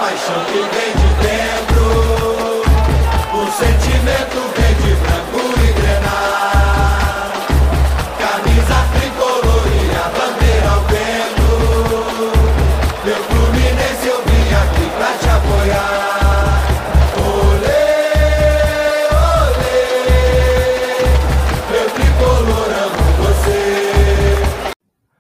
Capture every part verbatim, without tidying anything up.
paixão que vem de dentro, o sentimento vem de branco e grená. Camisa tricolor e a bandeira ao vento, meu Fluminense eu vim aqui pra te apoiar. Olê, olê, meu tricolor amo você.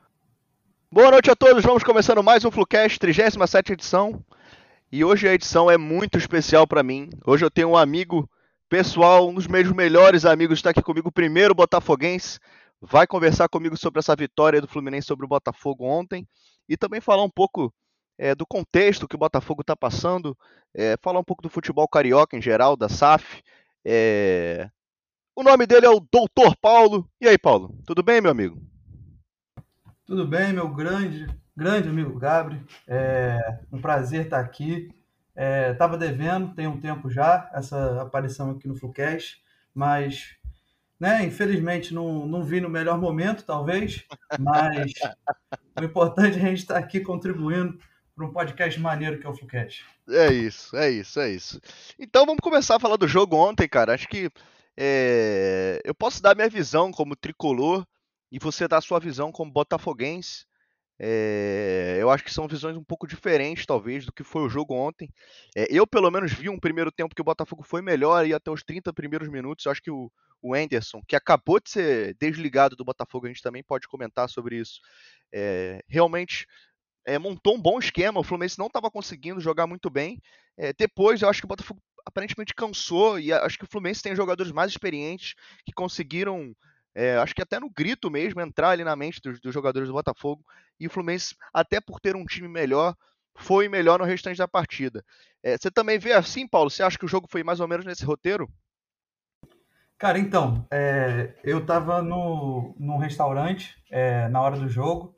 Boa noite a todos, vamos começando mais um Flucast, trigésima sétima edição. E hoje a edição é muito especial para mim. Hoje eu tenho um amigo pessoal, um dos meus melhores amigos, está aqui comigo, o primeiro botafoguense. Vai conversar comigo sobre essa vitória do Fluminense sobre o Botafogo ontem. E também falar um pouco é, do contexto que o Botafogo está passando. É, falar um pouco do futebol carioca em geral, da S A F. É... O nome dele é o doutor Paulo. E aí, Paulo? Tudo bem, meu amigo? Tudo bem, meu grande, grande amigo Gabri. É um prazer estar aqui. Estava devendo, tem um tempo já, essa aparição aqui no Flucast, mas, né, infelizmente não, não vi no melhor momento, talvez, mas o importante é a gente estar aqui contribuindo para um podcast maneiro que é o Flucast. É isso, é isso, é isso. Então vamos começar a falar do jogo ontem, cara. Acho que é, eu posso dar minha visão como tricolor e você dar a sua visão como botafoguense. É, eu acho que são visões um pouco diferentes, talvez, do que foi o jogo ontem. É, eu, pelo menos, vi um primeiro tempo que o Botafogo foi melhor e até os trinta primeiros minutos. Eu acho que o, o Anderson, que acabou de ser desligado do Botafogo, a gente também pode comentar sobre isso. É, realmente é, montou um bom esquema. O Fluminense não estava conseguindo jogar muito bem. É, depois, eu acho que o Botafogo aparentemente cansou e acho que o Fluminense tem jogadores mais experientes que conseguiram. É, acho que até no grito mesmo, entrar ali na mente dos, dos jogadores do Botafogo. E o Fluminense, até por ter um time melhor, foi melhor no restante da partida. É, você também vê assim, Paulo? Você acha que o jogo foi mais ou menos nesse roteiro? Cara, então, é, eu estava no, num restaurante é, na hora do jogo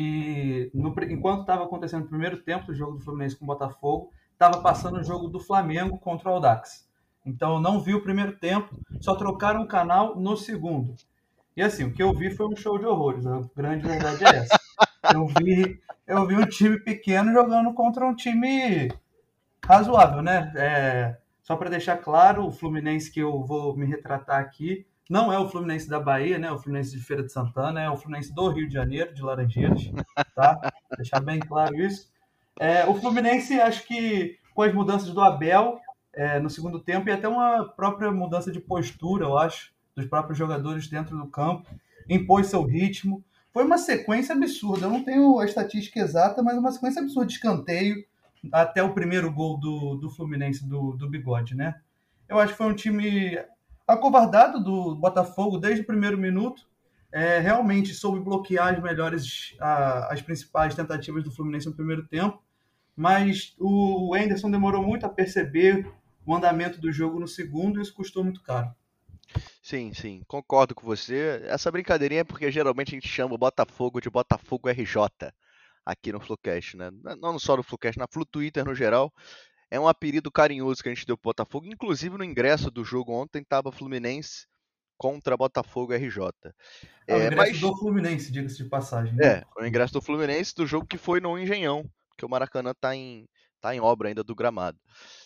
e no, enquanto estava acontecendo o primeiro tempo do jogo do Fluminense com o Botafogo, estava passando o jogo do Flamengo contra o Audax. Então eu não vi o primeiro tempo, só trocaram o canal no segundo. E assim, o que eu vi foi um show de horrores, a grande verdade é essa. Eu vi, eu vi um time pequeno jogando contra um time razoável, né? É, só para deixar claro, o Fluminense que eu vou me retratar aqui não é o Fluminense da Bahia, né? O Fluminense de Feira de Santana, é o Fluminense do Rio de Janeiro, de Laranjeiras, tá? Deixar bem claro isso. É, o Fluminense, acho que com as mudanças do Abel é, no segundo tempo e até uma própria mudança de postura, eu acho, dos próprios jogadores dentro do campo, impôs seu ritmo. Foi uma sequência absurda. Eu não tenho a estatística exata, mas uma sequência absurda de escanteio até o primeiro gol do, do Fluminense, do, do Bigode, né? Eu acho que foi um time acovardado do Botafogo desde o primeiro minuto. É, realmente soube bloquear as melhores, a, as principais tentativas do Fluminense no primeiro tempo, mas o Anderson demorou muito a perceber o andamento do jogo no segundo e isso custou muito caro. Sim, sim, concordo com você. Essa brincadeirinha é porque geralmente a gente chama o Botafogo de Botafogo R J aqui no Flucast, né? Não só no Flucast, na Flu Twitter no geral. É um apelido carinhoso que a gente deu pro Botafogo. Inclusive no ingresso do jogo ontem estava Fluminense contra Botafogo R J. É o É, ingresso mas do Fluminense, diga-se de passagem, né? é, o ingresso do Fluminense do jogo que foi no Engenhão, que o Maracanã tá em, tá em obra ainda do gramado.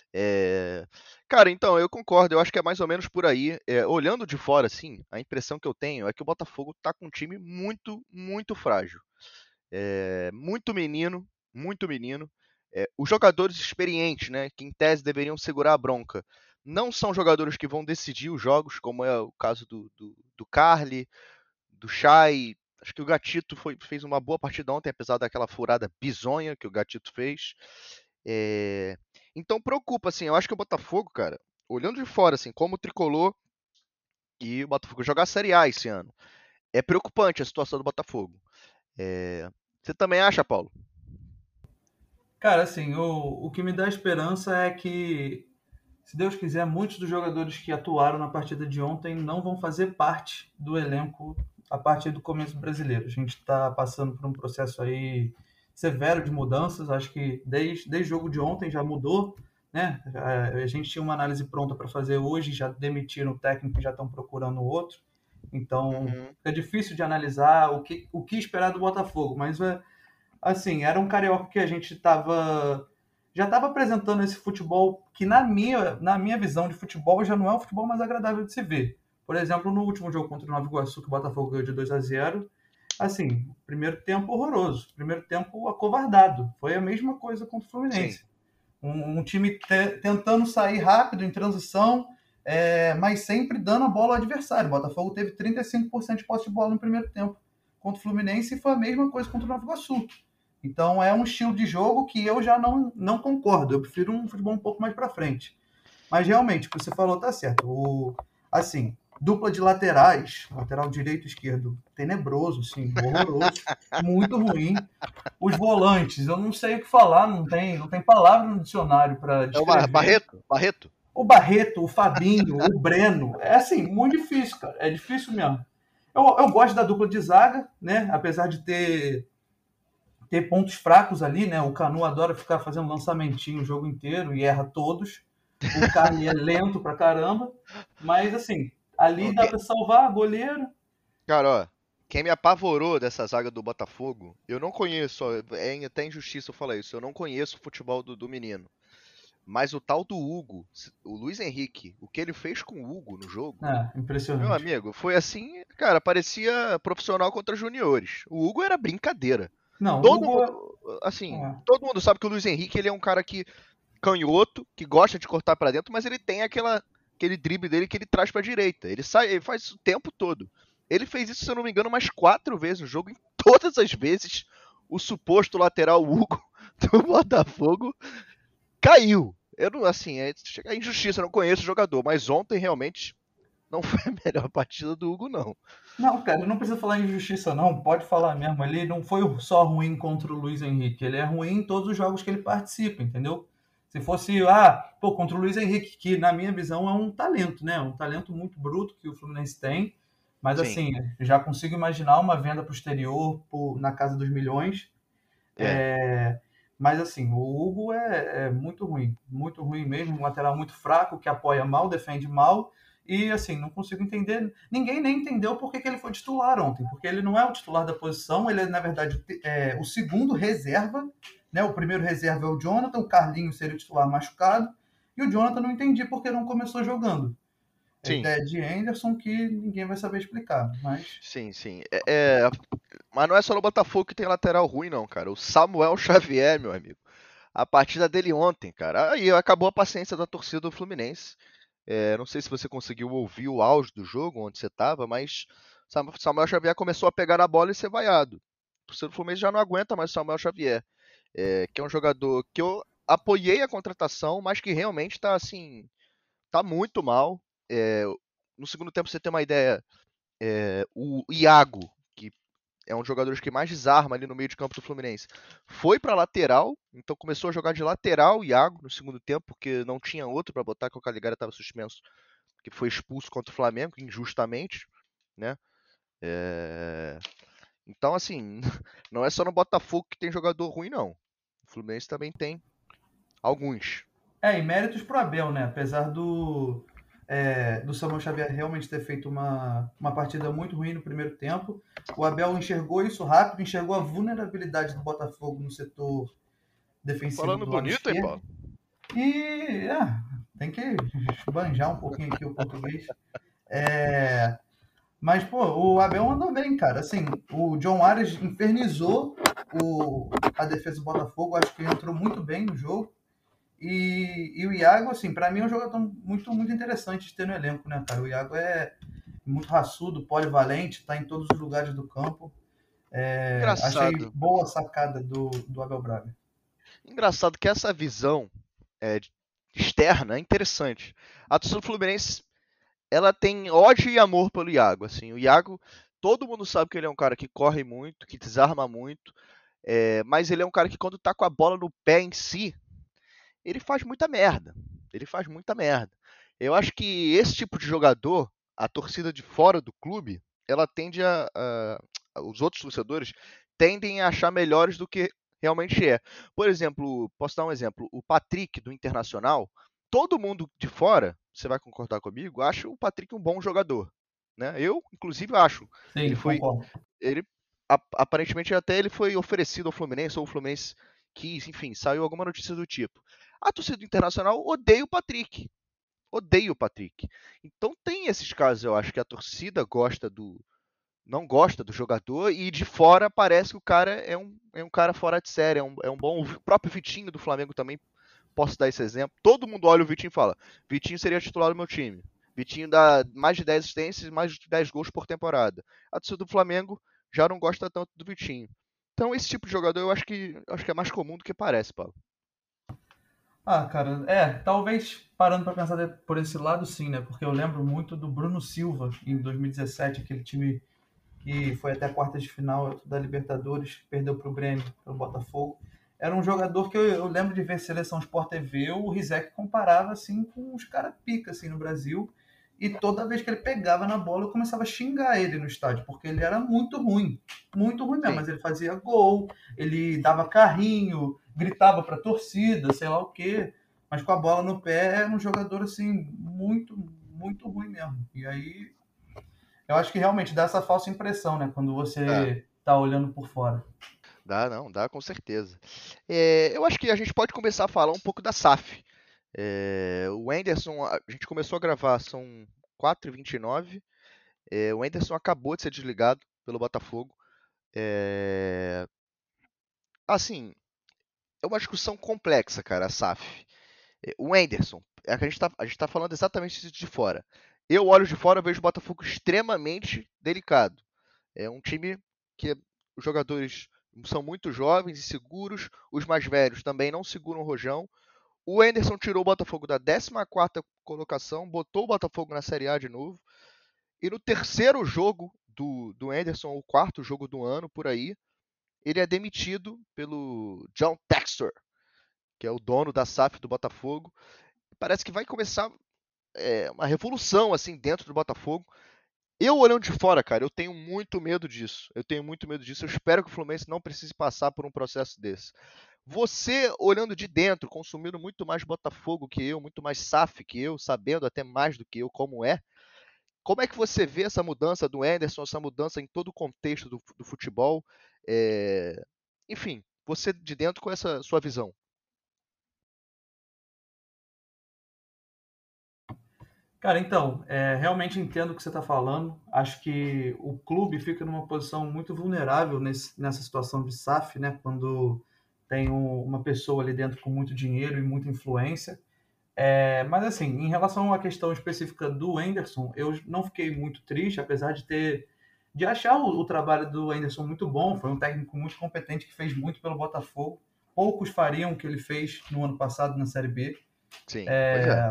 É, cara, então, eu concordo, eu acho que é mais ou menos por aí. É, olhando de fora, assim, a impressão que eu tenho é que o Botafogo tá com um time muito, muito frágil. É, muito menino, muito menino. É, os jogadores experientes, né, que em tese deveriam segurar a bronca, não são jogadores que vão decidir os jogos, como é o caso do, do, do Carly, do Chay. Acho que o Gatito foi, fez uma boa partida ontem, apesar daquela furada bizonha que o Gatito fez. É, então preocupa, assim, eu acho que o Botafogo, cara, olhando de fora, assim, como tricolor, e o Botafogo jogar a Série A esse ano, é preocupante a situação do Botafogo. É, você também acha, Paulo? Cara, assim, o, o que me dá esperança é que, se Deus quiser, muitos dos jogadores que atuaram na partida de ontem não vão fazer parte do elenco a partir do começo brasileiro. A gente está passando por um processo aí severo de mudanças, acho que desde, desde o jogo de ontem já mudou, né? A gente tinha uma análise pronta para fazer hoje, já demitiram o técnico e já estão procurando outro. Então, Uhum. é difícil de analisar o que, o que esperar do Botafogo, mas é, assim, era um carioca que a gente estava já estava apresentando esse futebol que, na minha, na minha visão de futebol, já não é o futebol mais agradável de se ver. Por exemplo, no último jogo contra o Nova Iguaçu, que o Botafogo ganhou de dois a zero, assim, primeiro tempo horroroso, primeiro tempo acovardado. Foi a mesma coisa contra o Fluminense. Sim. Um, um time te, tentando sair rápido, em transição, é, mas sempre dando a bola ao adversário. O Botafogo teve trinta e cinco por cento de posse de bola no primeiro tempo contra o Fluminense e foi a mesma coisa contra o Nova Iguaçu. Então é um estilo de jogo que eu já não, não concordo. Eu prefiro um futebol um pouco mais para frente. Mas realmente, o que você falou tá certo. O, assim, dupla de laterais, lateral direito e esquerdo, tenebroso, sim, horroroso, muito ruim. Os volantes, eu não sei o que falar, não tem, não tem palavra no dicionário para descrever. É o Barreto? Barreto? O Barreto, o Fabinho, o Breno, é assim, muito difícil, cara. É difícil mesmo. Eu, eu gosto da dupla de zaga, né? Apesar de ter ter pontos fracos ali, né? O Canu adora ficar fazendo lançamentinho o jogo inteiro e erra todos. O Carne é lento pra caramba, mas assim, ali dá Okay. pra salvar goleiro. Cara, ó, quem me apavorou dessa zaga do Botafogo, eu não conheço, ó, é até injustiça eu falar isso, eu não conheço o futebol do, do menino. Mas o tal do Hugo, o Luiz Henrique, o que ele fez com o Hugo no jogo, É, impressionante. meu amigo, foi assim, cara, parecia profissional contra juniores. O Hugo era brincadeira. Não, Todo Hugo... mundo, assim, é. todo mundo sabe que o Luiz Henrique ele é um cara que canhoto, que gosta de cortar pra dentro, mas ele tem aquela aquele drible dele que ele traz pra direita. Ele sai, ele faz isso o tempo todo. Ele fez isso, se eu não me engano, umas quatro vezes no jogo, e todas as vezes o suposto lateral Hugo do Botafogo caiu. Eu não, assim, é, é injustiça, eu não conheço o jogador, mas ontem realmente não foi a melhor partida do Hugo, não. Não, cara, não precisa falar em injustiça, não. Pode falar mesmo. Ele não foi só ruim contra o Luiz Henrique. Ele é ruim em todos os jogos que ele participa, entendeu? Se fosse, ah, pô, contra o Luiz Henrique, que na minha visão é um talento, né? Um talento muito bruto que o Fluminense tem. Mas Sim. assim, já consigo imaginar uma venda para o exterior por, na casa dos milhões. É. É, mas assim, o Hugo é, é muito ruim. Muito ruim mesmo. Um lateral muito fraco, que apoia mal, defende mal. E assim, não consigo entender. Ninguém nem entendeu por que, que ele foi titular ontem, porque ele não é o titular da posição, ele é, na verdade, é, o segundo reserva, né? O primeiro reserva é o Jonathan, o Carlinhos seria o titular machucado, e o Jonathan não entendi porque não começou jogando. A Sim. ideia de Anderson que ninguém vai saber explicar, mas... Sim, sim. É, é... Mas não é só no Botafogo que tem lateral ruim, não, cara. O Samuel Xavier, meu amigo. A partida dele ontem, cara. Aí acabou a paciência da torcida do Fluminense. É, não sei se você conseguiu ouvir o áudio do jogo, onde você estava, mas Samuel Xavier começou a pegar na bola e ser vaiado. O torcedor do Fluminense já não aguenta mais o Samuel Xavier, é, que é um jogador que eu apoiei a contratação, mas que realmente está assim, tá muito mal. É, no segundo tempo, você tem uma ideia, é, o Iago, que é um dos jogadores que mais desarma ali no meio de campo do Fluminense, foi para lateral, então começou a jogar de lateral o Iago no segundo tempo, porque não tinha outro para botar, que o Caligari estava suspenso, que foi expulso contra o Flamengo, injustamente, né? É... Então, assim, não é só no Botafogo que tem jogador ruim, não. O Fluminense também tem alguns. É, e méritos pro Abel, né? Apesar do, é, do Samuel Xavier realmente ter feito uma, uma partida muito ruim no primeiro tempo, o Abel enxergou isso rápido, enxergou a vulnerabilidade do Botafogo no setor defensivo Falando do lado bonito, hein, esquerdo. Paulo? E é, tem que banjar um pouquinho aqui o português. É, mas, pô, o Abel andou bem, cara. Assim, o John Arias infernizou o, a defesa do Botafogo, acho que ele entrou muito bem no jogo. E, e o Iago, assim, pra mim é um jogador muito, muito interessante de ter no elenco, né, cara? O Iago é muito raçudo, polivalente, tá em todos os lugares do campo. É, achei Engraçado. boa a sacada do, do Abel Braga. Engraçado que essa visão é, externa é interessante. A torcida do Fluminense, ela tem ódio e amor pelo Iago. Assim, o Iago, todo mundo sabe que ele é um cara que corre muito, que desarma muito, é, mas ele é um cara que quando tá com a bola no pé em si, ele faz muita merda. Ele faz muita merda. Eu acho que esse tipo de jogador, a torcida de fora do clube, ela tende a, a os outros torcedores tendem a achar melhores do que realmente é. Por exemplo, posso dar um exemplo, o Patrick do Internacional, todo mundo de fora, você vai concordar comigo, acha o Patrick um bom jogador, né? Eu, inclusive, acho. Sim, Ele foi, concordo. ele aparentemente até ele foi oferecido ao Fluminense ou o Fluminense quis, enfim, saiu alguma notícia do tipo. A torcida do Internacional odeia o Patrick. Odeia o Patrick. Então tem esses casos, eu acho que a torcida gosta do. Não gosta do jogador e de fora parece que o cara é um, é um cara fora de série, é um, é um bom. O próprio Vitinho do Flamengo também, posso dar esse exemplo. Todo mundo olha o Vitinho e fala: Vitinho seria titular do meu time. Vitinho dá mais de dez assistências e mais de dez gols por temporada. A torcida do Flamengo já não gosta tanto do Vitinho. Então esse tipo de jogador eu acho que, acho que é mais comum do que parece, Paulo. Ah, cara, é, talvez parando para pensar de- por esse lado, sim, né? Porque eu lembro muito do Bruno Silva em dois mil e dezessete, aquele time que foi até a quarta de final da Libertadores, perdeu para o Grêmio, pelo Botafogo. Era um jogador que eu, eu lembro de ver Seleção Sport T V, o Rizek comparava assim com os caras pica assim, no Brasil. E toda vez que ele pegava na bola, eu começava a xingar ele no estádio, porque ele era muito ruim. Muito ruim mesmo, Sim. mas ele fazia gol, ele dava carrinho, gritava pra torcida, sei lá o quê. Mas com a bola no pé, era um jogador assim, muito, muito ruim mesmo. E aí, eu acho que realmente dá essa falsa impressão, né? Quando É. você tá olhando por fora. Dá, não, dá com certeza. É, eu acho que a gente pode começar a falar um pouco da S A F. É, o Anderson, a gente começou a gravar, são quatro e vinte e nove. É, o Anderson acabou de ser desligado pelo Botafogo. É, assim, é uma discussão complexa, cara, a S A F. É, o Anderson, é que a gente está a gente tá falando exatamente isso de fora. Eu olho de fora e vejo o Botafogo extremamente delicado. É um time que os jogadores são muito jovens e seguros, os mais velhos também não seguram o rojão. O Anderson tirou o Botafogo da décima quarta colocação, botou o Botafogo na Série A de novo. E no terceiro jogo do, do Anderson, o quarto jogo do ano, por aí, ele é demitido pelo John Textor, que é o dono da S A F do Botafogo. Parece que vai começar é, uma revolução assim dentro do Botafogo. Eu olhando de fora, cara, eu tenho muito medo disso. Eu tenho muito medo disso. Eu espero que o Fluminense não precise passar por um processo desse. Você, olhando de dentro, consumindo muito mais Botafogo que eu, muito mais S A F que eu, sabendo até mais do que eu como é, como é que você vê essa mudança do Anderson, essa mudança em todo o contexto do, do futebol? É... Enfim, você de dentro com essa sua visão. Cara, então, é, realmente entendo o que você está falando. Acho que o clube fica numa posição muito vulnerável nesse, nessa situação de S A F, né? Quando tem um- uma pessoa ali dentro com muito dinheiro e muita influência. É, mas assim, em relação à questão específica do Anderson, eu não fiquei muito triste, apesar de ter de achar o, o trabalho do Anderson muito bom. Foi um técnico muito competente que fez muito pelo Botafogo. Poucos fariam o que ele fez no ano passado na Série B. Sim, pois é.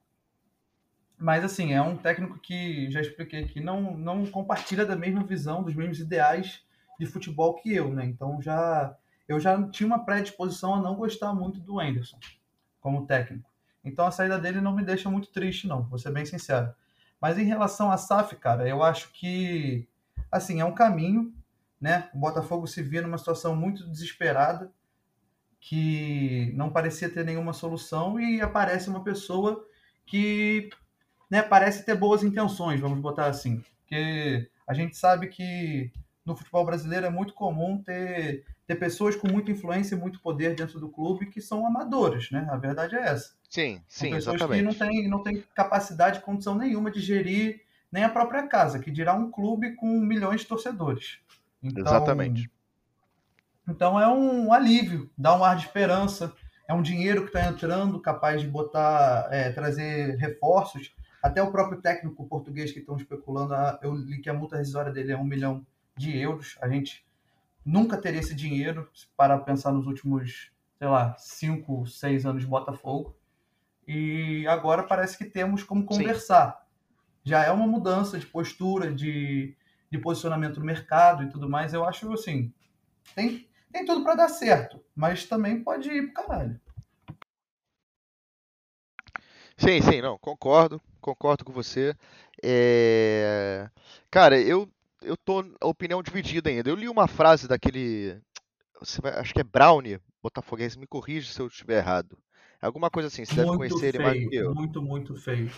Mas assim, é um técnico que, já expliquei aqui, não, não compartilha da mesma visão, dos mesmos ideais de futebol que eu, né? Então já eu já tinha uma predisposição a não gostar muito do Anderson como técnico. Então a saída dele não me deixa muito triste, não, vou ser bem sincero. Mas em relação a S A F, cara, eu acho que assim, é um caminho, né? O Botafogo se via numa situação muito desesperada, que não parecia ter nenhuma solução, e aparece uma pessoa que, né, parece ter boas intenções, vamos botar assim. Porque a gente sabe que no futebol brasileiro é muito comum ter, ter pessoas com muita influência e muito poder dentro do clube que são amadores, né? A verdade é essa. Sim, São sim, pessoas que não exatamente. têm, não têm capacidade, condição nenhuma de gerir nem a própria casa, que dirá um clube com milhões de torcedores. Então, Exatamente. então é um alívio, dá um ar de esperança. É um dinheiro que está entrando, capaz de botar, é, trazer reforços. Até o próprio técnico português que estão especulando, eu li que a multa rescisória dele é um milhão de euros. A gente nunca teria esse dinheiro para pensar nos últimos, sei lá, cinco, seis anos de Botafogo. E agora parece que temos como Sim. conversar. Já é uma mudança de postura, de, de posicionamento no mercado e tudo mais. Eu acho assim, tem, tem tudo para dar certo, mas também pode ir pro caralho. Sim, sim, não, concordo, concordo com você. É... Cara, eu, eu tô a opinião dividida ainda. Eu li uma frase daquele, você vai- acho que é Brownie, botafoguense, me corrige se eu estiver errado. Alguma coisa assim, você deve Muito conhecer ele mais do feio, que eu. muito, muito feio.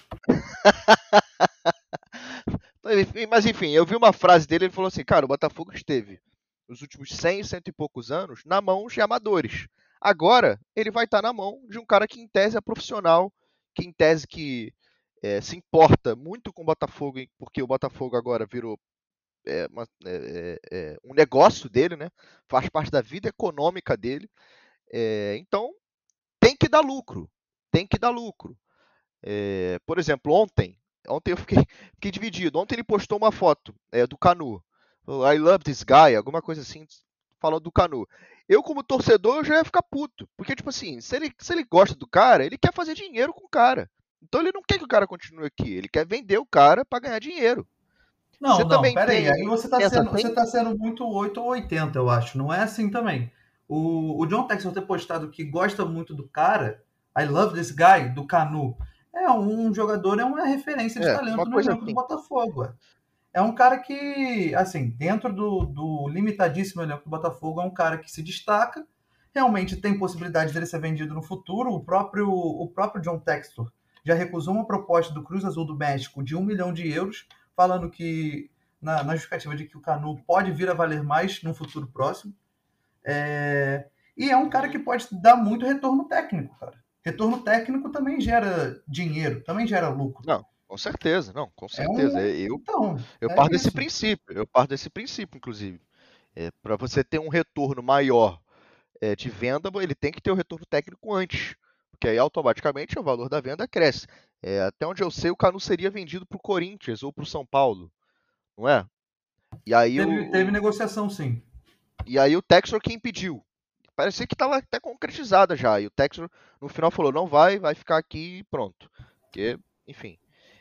Enfim, mas enfim, eu vi uma frase dele, ele falou assim, cara, o Botafogo esteve nos últimos cem, cento e poucos anos na mão de amadores. Agora, ele vai estar na mão de um cara que, em tese, é profissional, que, em tese, que é, se importa muito com o Botafogo, porque o Botafogo agora virou é, uma, é, é, um negócio dele, né? Faz parte da vida econômica dele. É, então, tem que dar lucro. Tem que dar lucro. É, por exemplo, ontem, ontem eu fiquei, fiquei dividido. Ontem ele postou uma foto é, do Canu. I love this guy, alguma coisa assim, falando do Canu. Eu, como torcedor, eu já ia ficar puto. Porque, tipo assim, se ele, se ele gosta do cara, ele quer fazer dinheiro com o cara. Então ele não quer que o cara continue aqui. Ele quer vender o cara para ganhar dinheiro. Não, Você não, também peraí. tem. Aí você tá Pensa sendo, você assim? tá sendo muito oito ou oitenta, eu acho. Não é assim também. O, o John Textor ter postado que gosta muito do cara, I love this guy, do Canu, é um jogador, é uma referência de É, uma talento no coisa elenco do assim. Botafogo. Ué. É um cara que, assim, dentro do, do limitadíssimo elenco do Botafogo, é um cara que se destaca, realmente tem possibilidade dele ser vendido no futuro. O próprio, o próprio John Textor já recusou uma proposta do Cruz Azul do México de um milhão de euros, falando que, na, na justificativa de que o Canu pode vir a valer mais no futuro próximo. É, e é um cara que pode dar muito retorno técnico, cara. Retorno técnico também gera dinheiro, também gera lucro. Não, com certeza, não, com É certeza. um, Eu, então, eu é parto desse isso. princípio, eu parto desse princípio, inclusive. É, para você ter um retorno maior é, de venda, ele tem que ter o retorno técnico antes. Porque aí automaticamente o valor da venda cresce. É, até onde eu sei, o Canu seria vendido para o Corinthians ou para o São Paulo, não é? E aí o, Teve, teve o- negociação, sim. e aí o Textor que impediu. Parecia que estava até concretizada já. E o Textor no final falou: não vai, vai ficar aqui e pronto. Porque, enfim.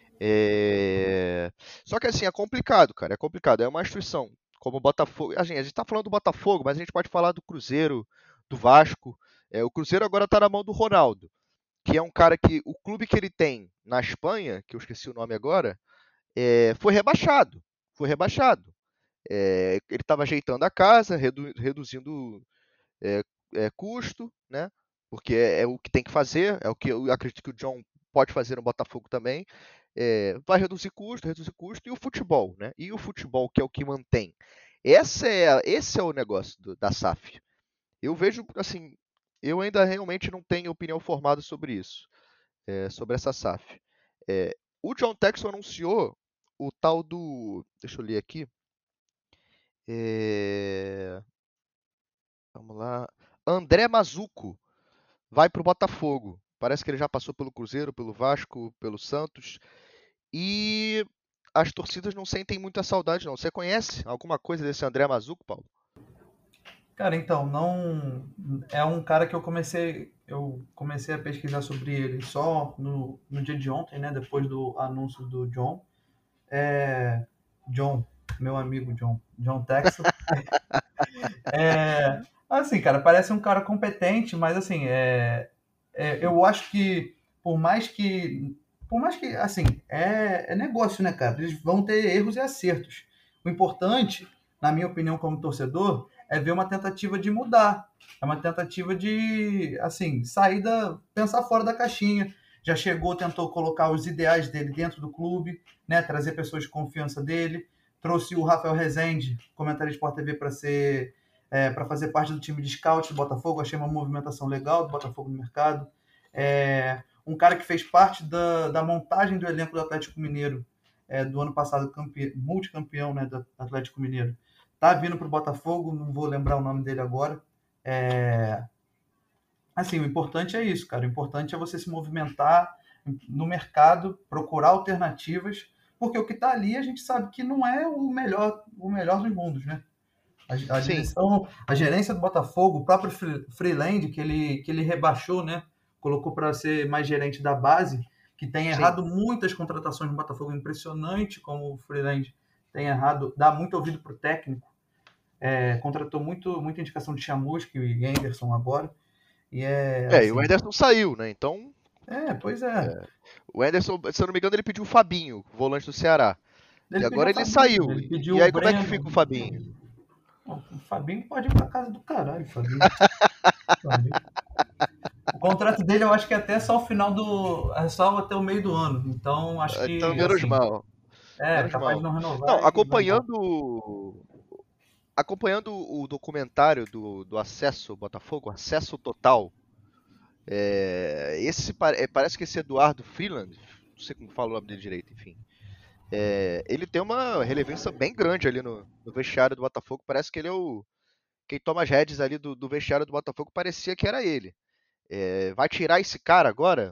É... Só que assim, é complicado, cara. É complicado. É uma instituição como o Botafogo. A gente, a gente tá falando do Botafogo, mas a gente pode falar do Cruzeiro, do Vasco. É, o Cruzeiro agora está na mão do Ronaldo, que é um cara que o clube que ele tem na Espanha, que eu esqueci o nome agora, é, foi rebaixado. Foi rebaixado. É, ele estava ajeitando a casa, redu- reduzindo é, é, custo, né? Porque é, é o que tem que fazer, é o que eu acredito que o John pode fazer no Botafogo também. É, vai reduzir custo, reduzir custo, e o futebol, né? E o futebol, que é o que mantém. Essa é a- esse é o negócio do- da S A F. Eu vejo, assim, eu ainda realmente não tenho opinião formada sobre isso, é, sobre essa S A F. É, o John Texon anunciou o tal do. Deixa eu ler aqui. É, vamos lá. André Mazuco vai para o Botafogo. Parece que ele já passou pelo Cruzeiro, pelo Vasco, pelo Santos. E as torcidas não sentem muita saudade, não. Você conhece alguma coisa desse André Mazuco, Paulo? Cara, então, não. É um cara que eu comecei. Eu comecei a pesquisar sobre ele só no, no dia de ontem, né? Depois do anúncio do John. É. John, meu amigo John. John Texel. É, assim, cara, parece um cara competente, mas assim, é, é, eu acho que por mais que, por mais que, assim, é, é negócio, né, cara? Eles vão ter erros e acertos. O importante, na minha opinião, como torcedor, é ver uma tentativa de mudar. É uma tentativa de, assim, sair da, pensar fora da caixinha. Já chegou, tentou colocar os ideais dele dentro do clube, né? Trazer pessoas de confiança dele. Trouxe o Rafael Rezende, comentarista de Sport T V, para ser é, para fazer parte do time de scout do Botafogo. Achei uma movimentação legal do Botafogo no mercado. É, um cara que fez parte da, da montagem do elenco do Atlético Mineiro é, do ano passado, campe... multicampeão, né, do Atlético Mineiro. Tá vindo para o Botafogo, não vou lembrar o nome dele agora. É... Assim, o importante é isso, cara. O importante é você se movimentar no mercado, procurar alternativas, porque o que está ali a gente sabe que não é o melhor, o melhor dos mundos, né? A, a Sim, direção, a gerência do Botafogo, o próprio Freeland, que ele, que ele rebaixou, né? Colocou para ser mais gerente da base, que tem sim. errado muitas contratações no Botafogo. Impressionante como o Freeland tem errado, dá muito ouvido para o técnico. É, contratou muito, muita indicação de Chamusca e Anderson agora. E é É, e o assim. Anderson saiu, né? Então, É, pois é. é, o Anderson, se eu não me engano, ele pediu o Fabinho, volante do Ceará. E Ele pediu agora o ele Fabinho, saiu. ele E, pediu e o aí, como é que Breno. fica o Fabinho? O Fabinho pode ir para casa do caralho, Fabinho. Fabinho. O contrato dele eu acho que é até só o final do. É só até o meio do ano. Então acho Então, que menos assim. mal. É, Menos capaz de mal. não Não, renovar e vai embora. acompanhando acompanhando o documentário do, do Acesso Botafogo, Acesso Total, é, esse é, parece que esse Eduardo Freeland, não sei como fala o nome dele direito, enfim, é, ele tem uma relevância bem grande ali no, no vestiário do Botafogo. Parece que ele é o quem toma as rédeas ali do, do vestiário do Botafogo, parecia que era ele. É, vai tirar esse cara agora?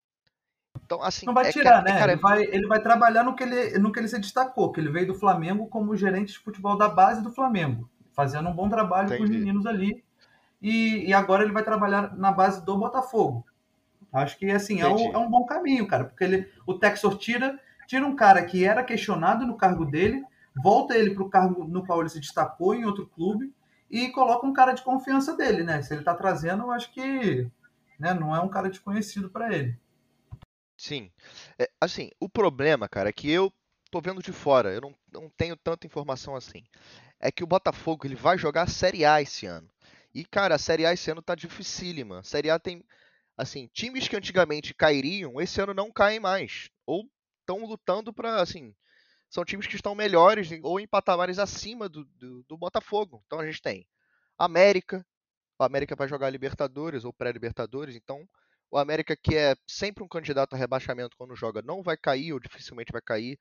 Então, assim, Não vai é, tirar, é, né? cara, Ele é, vai, ele vai trabalhar no que ele, no que ele se destacou, que ele veio do Flamengo como gerente de futebol da base do Flamengo, fazendo um bom trabalho com os entendi, meninos ali. E, e agora ele vai trabalhar na base do Botafogo. Acho que assim é, o, é entendi. um bom caminho, cara, porque ele, o Texor tira, tira um cara que era questionado no cargo dele, volta ele para o cargo no qual ele se destacou em outro clube e coloca um cara de confiança dele, né? Se ele tá trazendo, eu acho que, né, não é um cara desconhecido para ele. Sim. É, assim, o problema, cara, é que eu tô vendo de fora, eu não, não tenho tanta informação assim. É que o Botafogo ele vai jogar a Série A esse ano. E, cara, a Série A esse ano tá dificílima. A Série A tem, assim, times que antigamente cairiam, esse ano não caem mais. Ou estão lutando pra, assim, são times que estão melhores ou em patamares acima do, do, do Botafogo. Então a gente tem América, o América vai jogar Libertadores ou pré-Libertadores, então o América, que é sempre um candidato a rebaixamento quando joga, não vai cair ou dificilmente vai cair.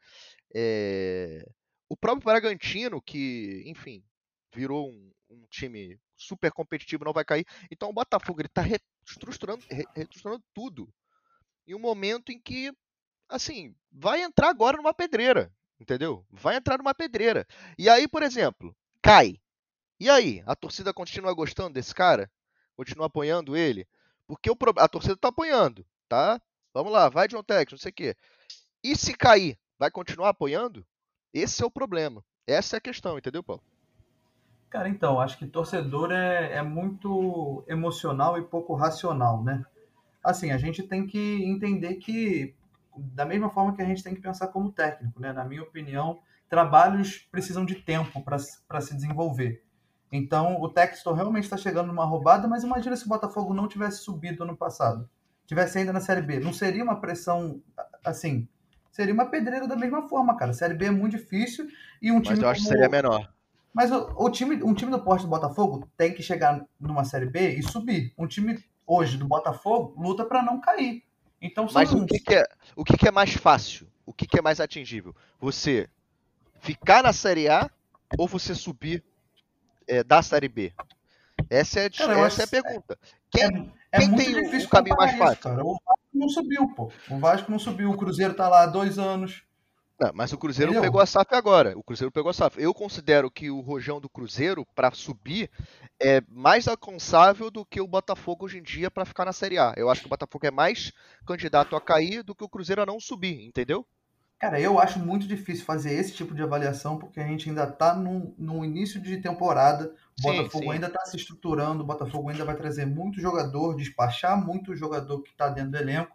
É... O próprio Bragantino, que, enfim, virou um, um time super competitivo, não vai cair. Então o Botafogo ele está reestruturando, reestruturando tudo em um momento em que, assim, vai entrar agora numa pedreira, entendeu? Vai entrar numa pedreira. E aí, por exemplo, cai. E aí, a torcida continua gostando desse cara? Continua apoiando ele? Porque o, a torcida tá apoiando, tá? Vamos lá, vai John Tex, não sei o quê. E se cair, vai continuar apoiando? Esse é o problema. Essa é a questão, entendeu, Paulo? Cara, então, acho que torcedor é, é muito emocional e pouco racional, né? Assim, a gente tem que entender que, da mesma forma que a gente tem que pensar como técnico, né? Na minha opinião, trabalhos precisam de tempo para se desenvolver. Então, o Textor realmente está chegando numa roubada, mas imagina se o Botafogo não tivesse subido ano passado, tivesse ainda na Série B. Não seria uma pressão assim, seria uma pedreira da mesma forma, cara. A Série B é muito difícil e um Mas time eu acho que seria como. menor. Mas o, o time, um time do porte do Botafogo tem que chegar numa Série B e subir. Um time hoje do Botafogo luta para não cair. Então Mas o são. que, que é, o que, que é mais fácil? O que, que é mais atingível? Você ficar na Série A ou você subir é, da Série B? Essa é, Cara, eu essa é a acho pergunta. é, Quem, é quem muito tem o, o difícil caminho mais comparar isso, fácil? cara. O Vasco não subiu, pô. O Vasco não subiu. O Cruzeiro tá lá há dois anos. Não, mas o Cruzeiro pegou Entendeu? a S A F agora. O Cruzeiro pegou a S A F. Eu considero que o rojão do Cruzeiro, para subir, é mais alcançável do que o Botafogo hoje em dia para ficar na Série A. Eu acho que o Botafogo é mais candidato a cair do que o Cruzeiro a não subir, entendeu? Cara, eu acho muito difícil fazer esse tipo de avaliação, porque a gente ainda está no, no início de temporada, o Sim, Botafogo sim. ainda está se estruturando, o Botafogo ainda vai trazer muito jogador, despachar muito jogador que está dentro do elenco,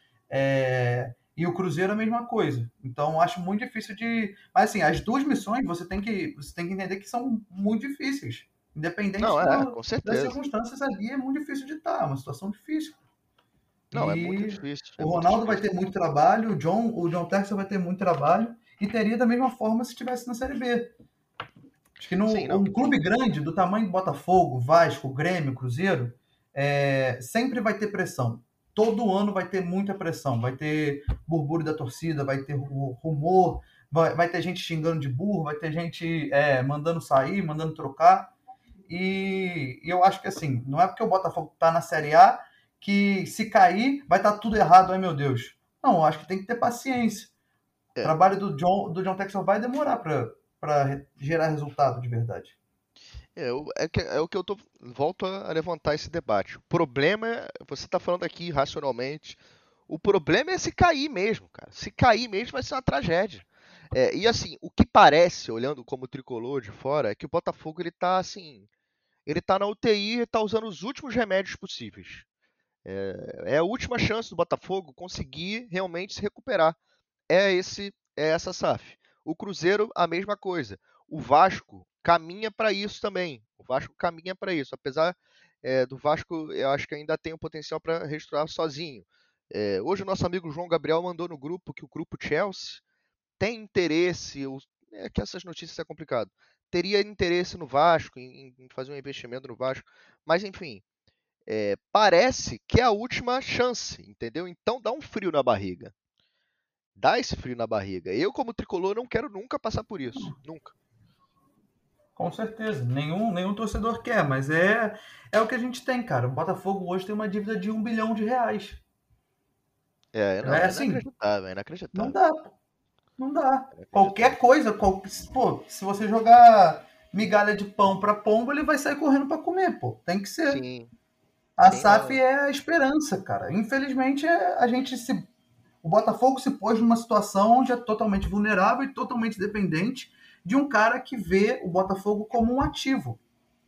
é, e o Cruzeiro é a mesma coisa. Então, eu acho muito difícil de... Mas, assim, as duas missões você tem que, você tem que entender que são muito difíceis. Não, Independente é, do, com das certeza. circunstâncias ali, é muito difícil de estar, é uma situação difícil. Não, é muito E difícil. É o muito Ronaldo vai difícil. ter muito trabalho, o John, o John Textor vai ter muito trabalho e teria da mesma forma se estivesse na Série B. Acho que Sim, no, não. um clube grande do tamanho do Botafogo, Vasco, Grêmio, Cruzeiro, é, sempre vai ter pressão. Todo ano vai ter muita pressão. Vai ter burburinho da torcida, vai ter rumor, vai, vai ter gente xingando de burro, vai ter gente é, mandando sair, mandando trocar. E, e eu acho que assim, não é porque o Botafogo está na Série A que se cair vai estar tá tudo errado, ai meu Deus. Não, eu acho que tem que ter paciência. O É. trabalho do John, do John Texel vai demorar para gerar resultado de verdade. É, eu- é, que- é o que eu tô, volto a levantar esse debate. O problema é, você tá falando aqui racionalmente, o problema é se cair mesmo, cara. Se cair mesmo vai ser uma tragédia. É, e assim, o que parece, olhando como tricolor de fora, é que o Botafogo ele tá assim, ele tá na U T I e tá usando os últimos remédios possíveis. É, é a última chance do Botafogo conseguir realmente se recuperar. É esse, é essa S A F. O Cruzeiro, a mesma coisa. O Vasco caminha para isso também. O Vasco caminha para isso. Apesar é, do Vasco, eu acho que ainda tem o potencial para reestruturar sozinho. É, hoje o nosso amigo João Gabriel mandou no grupo que o grupo Chelsea tem interesse, é que essas notícias é complicado, teria interesse no Vasco, em, em fazer um investimento no Vasco, mas enfim, é, parece que é a última chance, entendeu? Então dá um frio na barriga. Dá esse frio na barriga. Eu, como tricolor, não quero nunca passar por isso. Nunca. Com certeza. Nenhum, nenhum torcedor quer, mas é, é o que a gente tem, cara. O Botafogo hoje tem uma dívida de um bilhão de reais. É, não, É é assim, inacreditável, é não inacreditável. dá, pô. Não dá. É Qualquer inacreditável. coisa, qual, pô, se você jogar migalha de pão para pombo, ele vai sair correndo para comer, pô. Tem que ser. Sim, A sim, SAF não. é a esperança, cara. Infelizmente, é- a gente se. O Botafogo se pôs numa situação onde é totalmente vulnerável e totalmente dependente de um cara que vê o Botafogo como um ativo.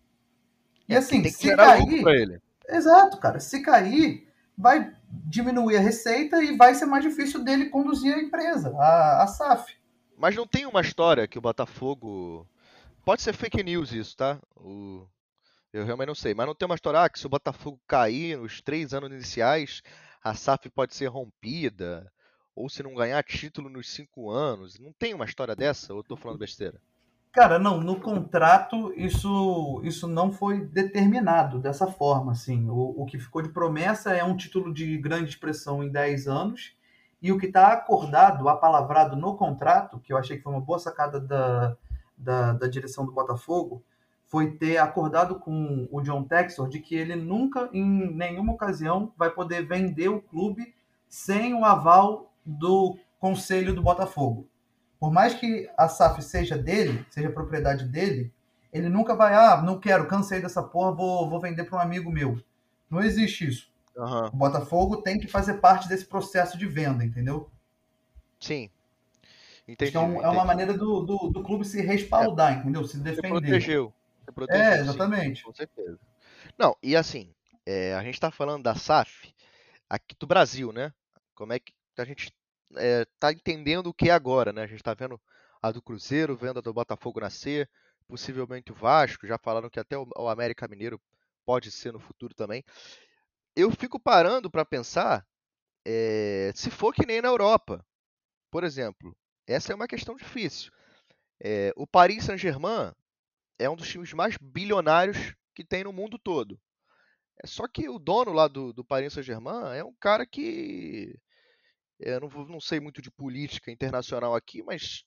E É, que assim, tem que se gerar lucro cair, para ele. exato, cara, se cair, vai diminuir a receita e vai ser mais difícil dele conduzir a empresa, a, a SAF. Mas não tem uma história que o Botafogo. Pode ser fake news isso, tá? O... Eu realmente não sei. Mas não tem uma história ah, que se o Botafogo cair nos três anos iniciais, a SAF pode ser rompida. Ou se não ganhar título nos cinco anos. Não tem uma história dessa? Ou eu tô falando besteira? Cara, não, no contrato isso, isso não foi determinado dessa forma, assim. O, o que ficou de promessa é um título de grande expressão em dez anos, e o que está acordado, apalavrado no contrato, que eu achei que foi uma boa sacada da, da, da direção do Botafogo, foi ter acordado com o John Textor de que ele nunca, em nenhuma ocasião, vai poder vender o clube sem o aval do conselho do Botafogo. Por mais que a SAF seja dele, seja propriedade dele, ele nunca vai, ah, não quero, cansei dessa porra, vou, vou vender para um amigo meu. Não existe isso. Aham. O Botafogo tem que fazer parte desse processo de venda, entendeu? Sim, Acho que é, entendi, um- é uma entendi. maneira do, do, do clube se É, respaldar, entendeu? Se você defender. protegeu. Você É, protegeu, sim, exatamente. com certeza. Não, e assim, é, a gente tá falando da SAF aqui do Brasil, né? Como é que a gente é, tá entendendo o que é agora, né? A gente tá vendo a do Cruzeiro, vendo a do Botafogo nascer, possivelmente o Vasco, já falaram que até o, o América Mineiro pode ser no futuro também. Eu fico parando para pensar, é, se for que nem na Europa, por exemplo, essa é uma questão difícil. É, o Paris Saint-Germain é um dos times mais bilionários que tem no mundo todo. É só que o dono lá do, do Paris Saint-Germain é um cara que é, eu não, vou- não sei muito de política internacional aqui, mas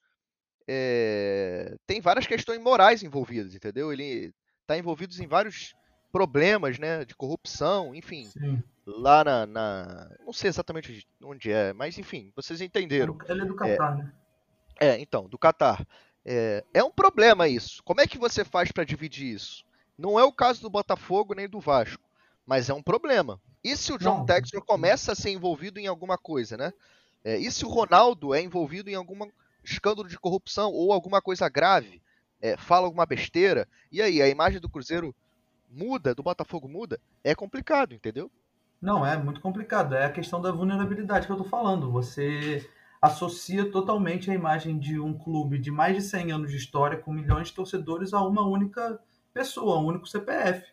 é, tem várias questões morais envolvidas, entendeu? Ele está envolvido em vários problemas, né, de corrupção, enfim, Sim. lá na, na- não sei exatamente onde é, mas enfim, vocês entenderam. Ele é do É, Catar, né? é, então, do Catar. É, é um problema isso. Como é que você faz para dividir isso? Não é o caso do Botafogo nem do Vasco, mas é um problema. E se o John Não, com Textor certeza. começa a ser envolvido em alguma coisa, né? É, e se o Ronaldo é envolvido em algum escândalo de corrupção ou alguma coisa grave, é, fala alguma besteira, e aí a imagem do Cruzeiro muda, do Botafogo muda, é complicado, entendeu? Não, é muito complicado. É a questão da vulnerabilidade que eu tô falando. Você associa totalmente a imagem de um clube de mais de cem anos de história, com milhões de torcedores, a uma única pessoa, um único C P F.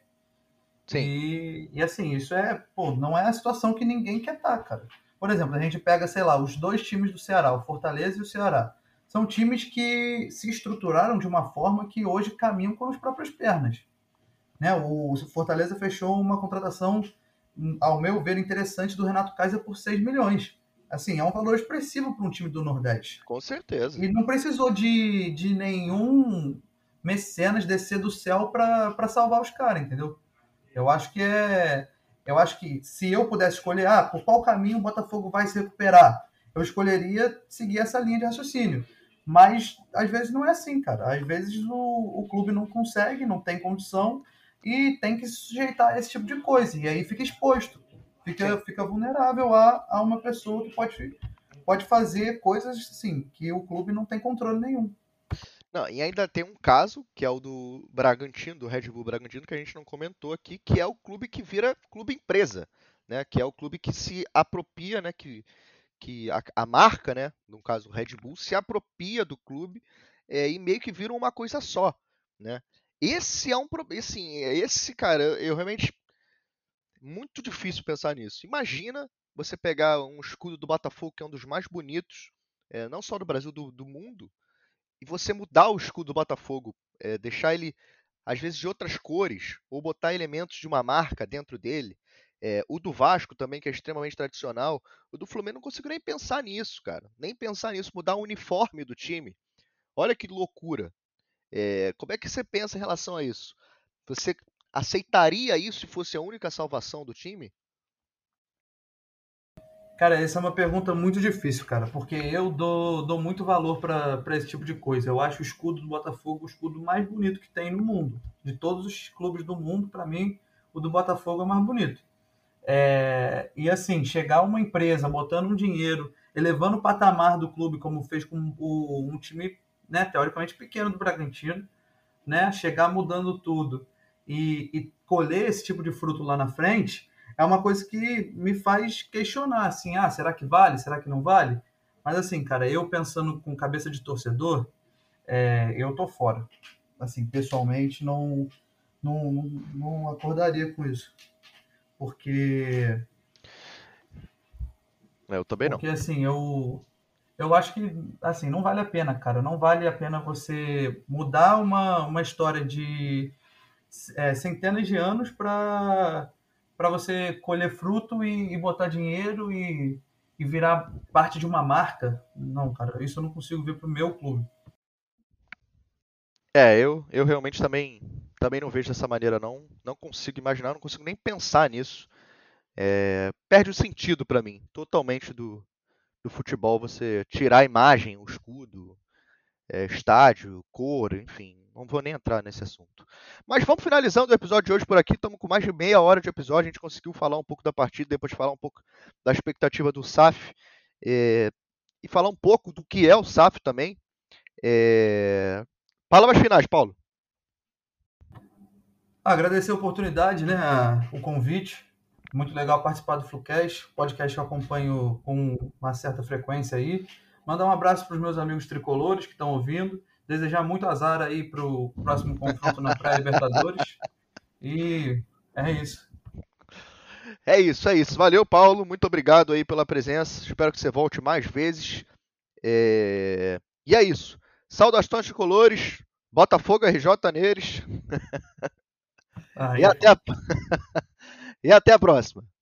Sim, E, e assim, isso é, pô, não é a situação que ninguém quer estar, cara. Por exemplo, a gente pega, sei lá, os dois times do Ceará, o Fortaleza e o Ceará. São times que se estruturaram de uma forma que hoje caminham com as próprias pernas. Né? O Fortaleza fechou uma contratação, ao meu ver, interessante do Renato Kaiser por seis milhões. Assim, é um valor expressivo para um time do Nordeste. com certeza. E não precisou de, de nenhum mecenas descer do céu para salvar os caras, entendeu? Eu acho que é. Eu acho que se eu pudesse escolher, ah, por qual caminho o Botafogo vai se recuperar, eu escolheria seguir essa linha de raciocínio. Mas às vezes não é assim, cara. Às vezes o, o clube não consegue, não tem condição e tem que se sujeitar a esse tipo de coisa. E aí fica exposto, fica, Sim. fica vulnerável a, a uma pessoa que pode, pode fazer coisas assim, que o clube não tem controle nenhum. Não, e ainda tem um caso, que é o do Bragantino, do Red Bull Bragantino, que a gente não comentou aqui, que é o clube que vira clube empresa, né? Que é o clube que se apropria, né? Que, que a, a marca, né? No caso o Red Bull, se apropria do clube é, e meio que vira uma coisa só, né? Esse é um problema, assim, esse cara, eu realmente muito difícil pensar nisso. Imagina você pegar um escudo do Botafogo, que é um dos mais bonitos, é, não só do Brasil, do, do mundo, e você mudar o escudo do Botafogo é, deixar ele, às vezes, de outras cores, ou botar elementos de uma marca dentro dele. É, o do Vasco também, que é extremamente tradicional. O do Flamengo não consigo nem pensar nisso, cara. Nem pensar nisso, mudar o uniforme do time. Olha que loucura. É, como é que você pensa em relação a isso? Você aceitaria isso se fosse a única salvação do time? Cara, essa é uma pergunta muito difícil, cara, porque eu dou, dou muito valor para esse tipo de coisa. Eu acho o escudo do Botafogo o escudo mais bonito que tem no mundo. De todos os clubes do mundo, para mim, o do Botafogo é o mais bonito. É, e assim, chegar uma empresa botando um dinheiro, elevando o patamar do clube, como fez com o, um time, né, teoricamente pequeno do Bragantino, né, chegar mudando tudo e, e colher esse tipo de fruto lá na frente, é uma coisa que me faz questionar, assim, ah, será que vale? Será que não vale? Mas assim, cara, eu pensando com cabeça de torcedor, é, eu tô fora. Assim, pessoalmente, não, não, não acordaria com isso. Porque, Eu também não. porque assim, eu, eu acho que assim, não vale a pena, cara. Não vale a pena você mudar uma, uma história de é, centenas de anos para para você colher fruto e, e botar dinheiro e, e virar parte de uma marca. Não, cara, isso eu não consigo ver pro meu clube. É, eu, eu realmente também, também não vejo dessa maneira, não. Não consigo imaginar, não consigo nem pensar nisso. É, perde o sentido para mim, totalmente do, do futebol, você tirar a imagem, o escudo, é, estádio, cor, enfim. Não vou nem entrar nesse assunto. Mas vamos finalizando o episódio de hoje por aqui. Estamos com mais de meia hora de episódio. A gente conseguiu falar um pouco da partida, depois falar um pouco da expectativa do S A F. É, e falar um pouco do que é o S A F também. É... Palavras finais, Paulo. Agradecer a oportunidade, né, a- o convite. Muito legal participar do Flucast, podcast que eu acompanho com uma certa frequência aí. Mandar um abraço para os meus amigos tricolores que estão ouvindo. Desejar muito azar aí para o próximo confronto na pré-Libertadores. E é isso. É isso, é isso. Valeu, Paulo. Muito obrigado aí pela presença. Espero que você volte mais vezes. É... E é isso. Saudações tricolores. Botafogo R J neles. Aí E é até a... e até a próxima.